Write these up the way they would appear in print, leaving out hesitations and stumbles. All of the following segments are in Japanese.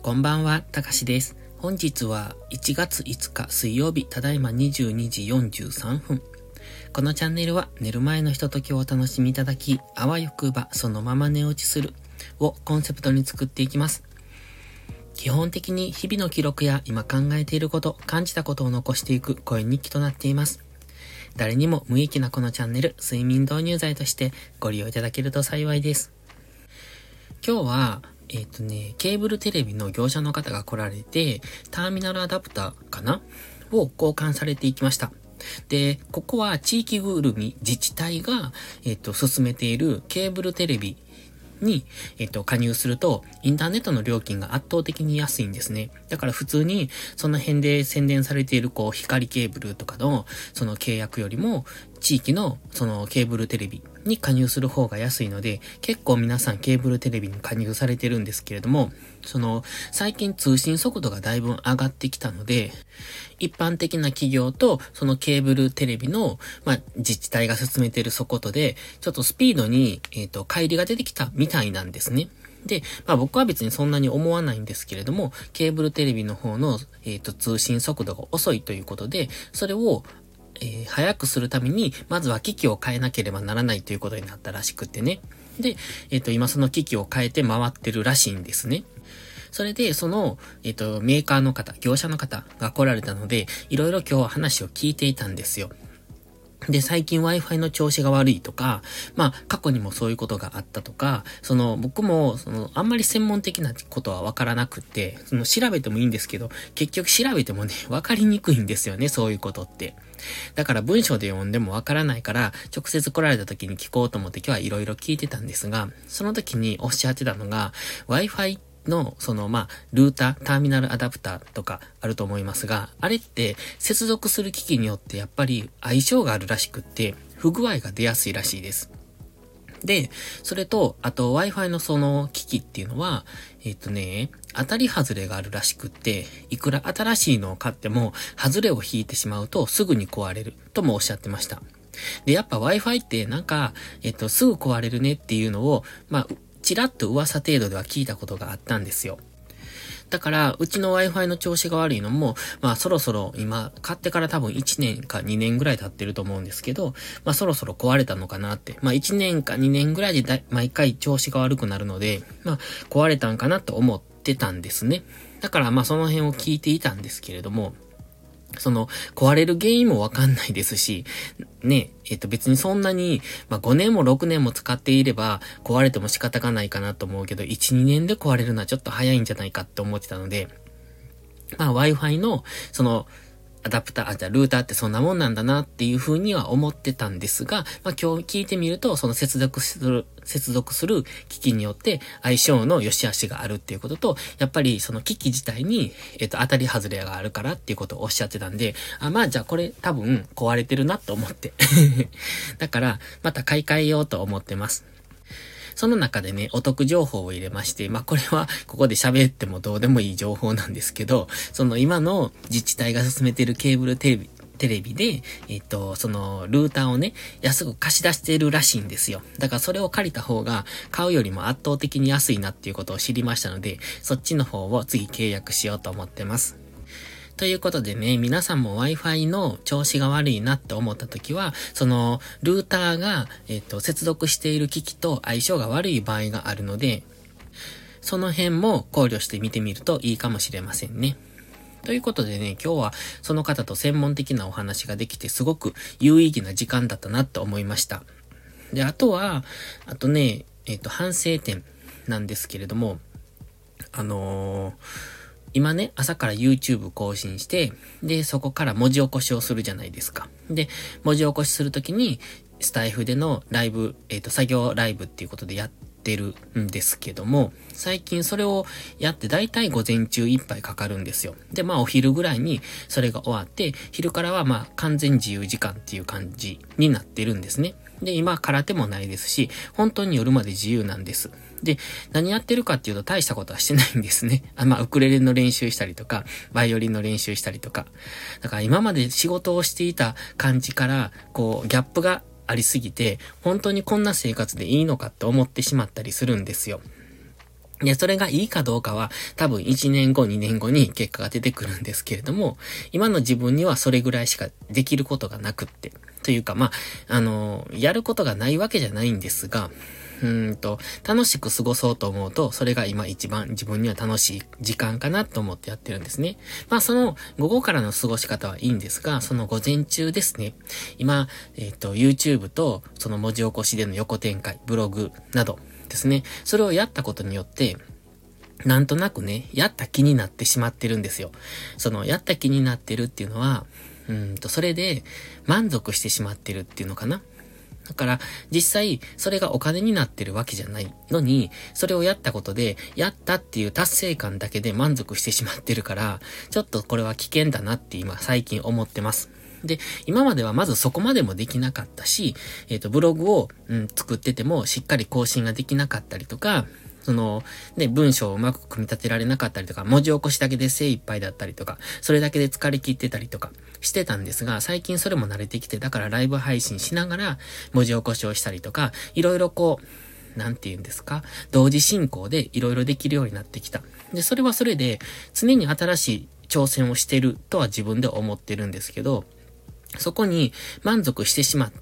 こんばんは、たかしです。本日は1月5日水曜日、ただいま22時43分。このチャンネルは寝る前のひとときをお楽しみいただき、あわよくばそのまま寝落ちするをコンセプトに作っていきます。基本的に日々の記録や今考えていること、感じたことを残していく声日記となっています。誰にも無益なこのチャンネル、睡眠導入剤としてご利用いただけると幸いです。今日は、ケーブルテレビの業者の方が来られて、ターミナルアダプターかなを交換されていきました。で、ここは地域ぐるみ自治体が、進めているケーブルテレビに、加入すると、インターネットの料金が圧倒的に安いんですね。だから普通に、その辺で宣伝されている、光ケーブルとかの、その契約よりも、地域の、そのケーブルテレビに加入する方が安いので、結構皆さんケーブルテレビに加入されてるんですけれども、最近通信速度がだいぶ上がってきたので、一般的な企業と、そのケーブルテレビの、自治体が進めている速度で、ちょっとスピードに、乖離が出てきたみたいなんですね。で、僕は別にそんなに思わないんですけれども、ケーブルテレビの方の、通信速度が遅いということで、それを、早くするために、まずは機器を変えなければならないということになったらしくってね。で、今その機器を変えて回ってるらしいんですね。それで、メーカーの方、業者の方が来られたので、いろいろ今日は話を聞いていたんですよ。で、最近 Wi-Fi の調子が悪いとか、過去にもそういうことがあったとか、僕も、あんまり専門的なことはわからなくって、調べてもいいんですけど、結局調べてもね、わかりにくいんですよね、そういうことって。だから文章で読んでもわからないから、直接来られた時に聞こうと思って今日はいろいろ聞いてたんですが、その時におっしゃってたのが、Wi-Fiの、ルーター、ターミナルアダプターとかあると思いますが、あれって接続する機器によってやっぱり相性があるらしくって、不具合が出やすいらしいです。で、それと、あと Wi-Fi のその機器っていうのは、当たり外れがあるらしくって、いくら新しいのを買っても、外れを引いてしまうとすぐに壊れるともおっしゃってました。で、やっぱ Wi-Fi ってすぐ壊れるねっていうのを、ちらっと噂程度では聞いたことがあったんですよ。だから、うちの Wi-Fi の調子が悪いのも、そろそろ今、買ってから多分1年か2年ぐらい経ってると思うんですけど、そろそろ壊れたのかなって。1年か2年ぐらいで毎回調子が悪くなるので、壊れたんかなと思ってたんですね。だから、その辺を聞いていたんですけれども、壊れる原因もわかんないですし、ね、別にそんなに、5年も6年も使っていれば、壊れても仕方がないかなと思うけど、1、2年で壊れるのはちょっと早いんじゃないかって思ってたので、Wi-Fi の、アダプター、ルーターってそんなもんなんだなっていう風には思ってたんですが、今日聞いてみると、接続する機器によって相性の良し悪しがあるっていうことと、やっぱりその機器自体に、当たり外れがあるからっていうことをおっしゃってたんで、じゃあこれ多分壊れてるなと思って。だから、また買い替えようと思ってます。その中でね、お得情報を入れまして、これはここで喋ってもどうでもいい情報なんですけど、今の自治体が進めているケーブルテレビで、そのルーターをね、安く貸し出しているらしいんですよ。だからそれを借りた方が買うよりも圧倒的に安いなっていうことを知りましたので、そっちの方を次契約しようと思ってます。ということでね、皆さんも Wi-Fi の調子が悪いなって思った時は、ルーターが、接続している機器と相性が悪い場合があるので、その辺も考慮してみてみるといいかもしれませんね。ということでね、今日はその方と専門的なお話ができてすごく有意義な時間だったなと思いました。で、あとね、反省点なんですけれども、今ね、朝から YouTube 更新して、で、そこから文字起こしをするじゃないですか。で、文字起こしするときに、スタイフでのライブ、作業ライブっていうことでやってるんですけども、最近それをやってだいたい午前中いっぱいかかるんですよ。で、お昼ぐらいにそれが終わって、昼からは完全自由時間っていう感じになってるんですね。で、今空手もないですし、本当に夜まで自由なんです。で、何やってるかっていうと大したことはしてないんですね。ウクレレの練習したりとか、バイオリンの練習したりとか。だから今まで仕事をしていた感じから、ギャップがありすぎて、本当にこんな生活でいいのかって思ってしまったりするんですよ。 で、それがいいかどうかは多分1年後、2年後に結果が出てくるんですけれども、今の自分にはそれぐらいしかできることがなくって。というか、やることがないわけじゃないんですが、楽しく過ごそうと思うと、それが今一番自分には楽しい時間かなと思ってやってるんですね。その午後からの過ごし方はいいんですが、その午前中ですね。今、YouTube とその文字起こしでの横展開、ブログなどですね。それをやったことによって、なんとなくね、やった気になってしまってるんですよ。その、やった気になってるっていうのは、それで満足してしまってるっていうのかな。だから、実際、それがお金になってるわけじゃないのに、それをやったことで、やったっていう達成感だけで満足してしまってるから、ちょっとこれは危険だなって今、最近思ってます。で、今まではまずそこまでもできなかったし、ブログを、作っててもしっかり更新ができなかったりとか、文章をうまく組み立てられなかったりとか、文字起こしだけで精一杯だったりとか、それだけで疲れ切ってたりとかしてたんですが、最近それも慣れてきて、だからライブ配信しながら文字起こしをしたりとか、いろいろなんて言うんですか、同時進行でいろいろできるようになってきた。で、それはそれで、常に新しい挑戦をしてるとは自分で思ってるんですけど、そこに満足してしまって、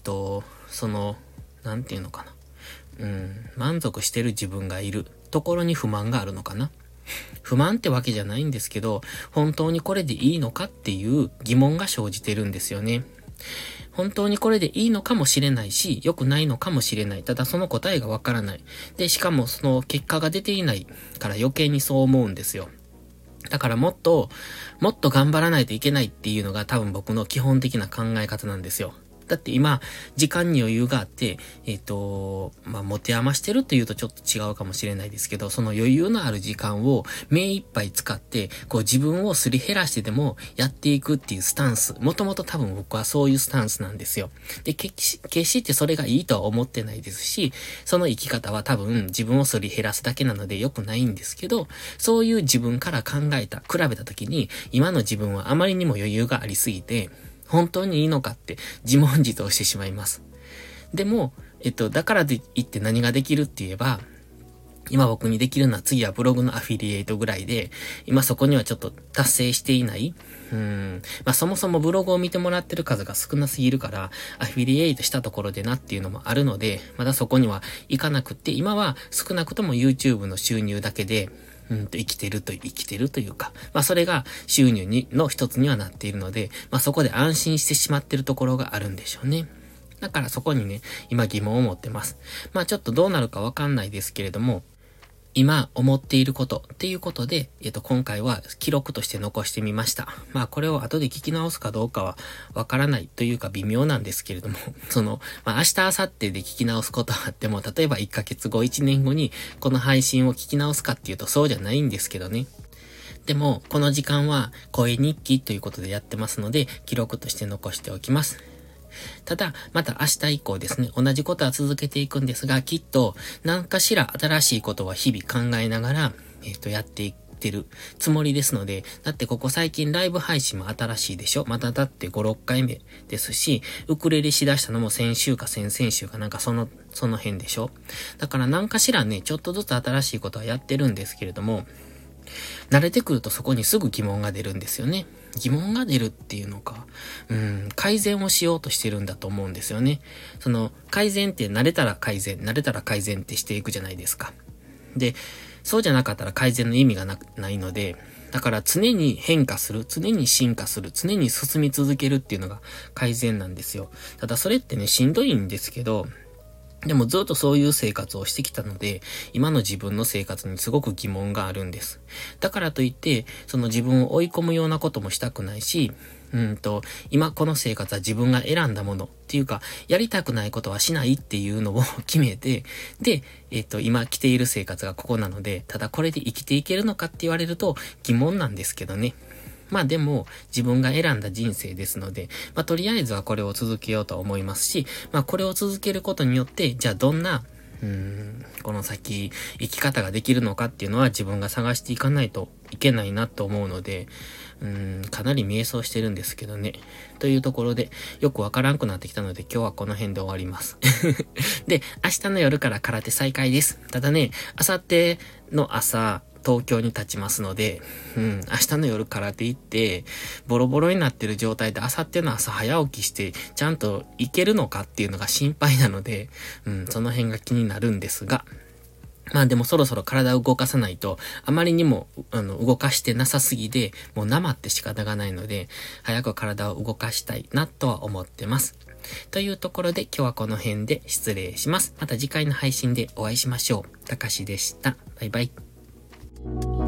なんていうのかな。満足してる自分がいるところに不満があるのかな。不満ってわけじゃないんですけど、本当にこれでいいのかっていう疑問が生じてるんですよね。本当にこれでいいのかもしれないし、良くないのかもしれない。ただその答えがわからない。で、しかもその結果が出ていないから余計にそう思うんですよ。だからもっと頑張らないといけないっていうのが多分僕の基本的な考え方なんですよ。だって今、時間に余裕があって、持て余してるって言うとちょっと違うかもしれないですけど、その余裕のある時間を目いっぱい使って、自分をすり減らしてでもやっていくっていうスタンス。もともと多分僕はそういうスタンスなんですよ。で、決してそれがいいとは思ってないですし、その生き方は多分自分をすり減らすだけなので良くないんですけど、そういう自分から比べた時に、今の自分はあまりにも余裕がありすぎて、本当にいいのかって自問自答してしまいます。でも、だからといって何ができるって言えば、今僕にできるのは次はブログのアフィリエイトぐらいで、今そこにはちょっと達成していない。そもそもブログを見てもらってる数が少なすぎるから、アフィリエイトしたところでなっていうのもあるので、まだそこにはいかなくって、今は少なくとも YouTube の収入だけで、生きてるというか、それが収入の一つにはなっているので、そこで安心してしまってるところがあるんでしょうね。だからそこにね、今疑問を持ってます。ちょっとどうなるかわかんないですけれども、今思っていることっていうことで、今回は記録として残してみました。これを後で聞き直すかどうかはわからないというか微妙なんですけれども、明日、明後日で聞き直すことはあっても、例えば1ヶ月後、1年後にこの配信を聞き直すかっていうとそうじゃないんですけどね。でも、この時間は声日記ということでやってますので、記録として残しておきます。ただ、また明日以降ですね、同じことは続けていくんですが、きっと何かしら新しいことは日々考えながら、やっていってるつもりですので、だってここ最近ライブ配信も新しいでしょ。まただって5、6回目ですし、ウクレレしだしたのも先週か先々週かなんかその辺でしょ。だから何かしらね、ちょっとずつ新しいことはやってるんですけれども、慣れてくるとそこにすぐ疑問が出るんですよね。疑問が出るっていうのか、改善をしようとしてるんだと思うんですよね。改善って慣れたら改善ってしていくじゃないですか。で、そうじゃなかったら改善の意味がないので、だから常に変化する、常に進化する、常に進み続けるっていうのが改善なんですよ。ただそれってね、しんどいんですけど、でもずっとそういう生活をしてきたので、今の自分の生活にすごく疑問があるんです。だからといって、自分を追い込むようなこともしたくないし、今この生活は自分が選んだものっていうか、やりたくないことはしないっていうのを決めて、で、今来ている生活がここなので、ただこれで生きていけるのかって言われると疑問なんですけどね。でも自分が選んだ人生ですので、とりあえずはこれを続けようと思いますし、これを続けることによって、じゃあどんなこの先生き方ができるのかっていうのは自分が探していかないといけないなと思うので、かなり迷走してるんですけどね。というところで、よくわからんくなってきたので今日はこの辺で終わります。で、明日の夜から空手再開です。ただね、明後日の朝、東京に立ちますので、明日の夜空手行って、ボロボロになってる状態で明後日の朝早起きして、ちゃんと行けるのかっていうのが心配なので、その辺が気になるんですが、まあでもそろそろ体を動かさないと、あまりにも、動かしてなさすぎで、もう生って仕方がないので、早く体を動かしたいなとは思ってます。というところで今日はこの辺で失礼します。また次回の配信でお会いしましょう。たかしでした。バイバイ。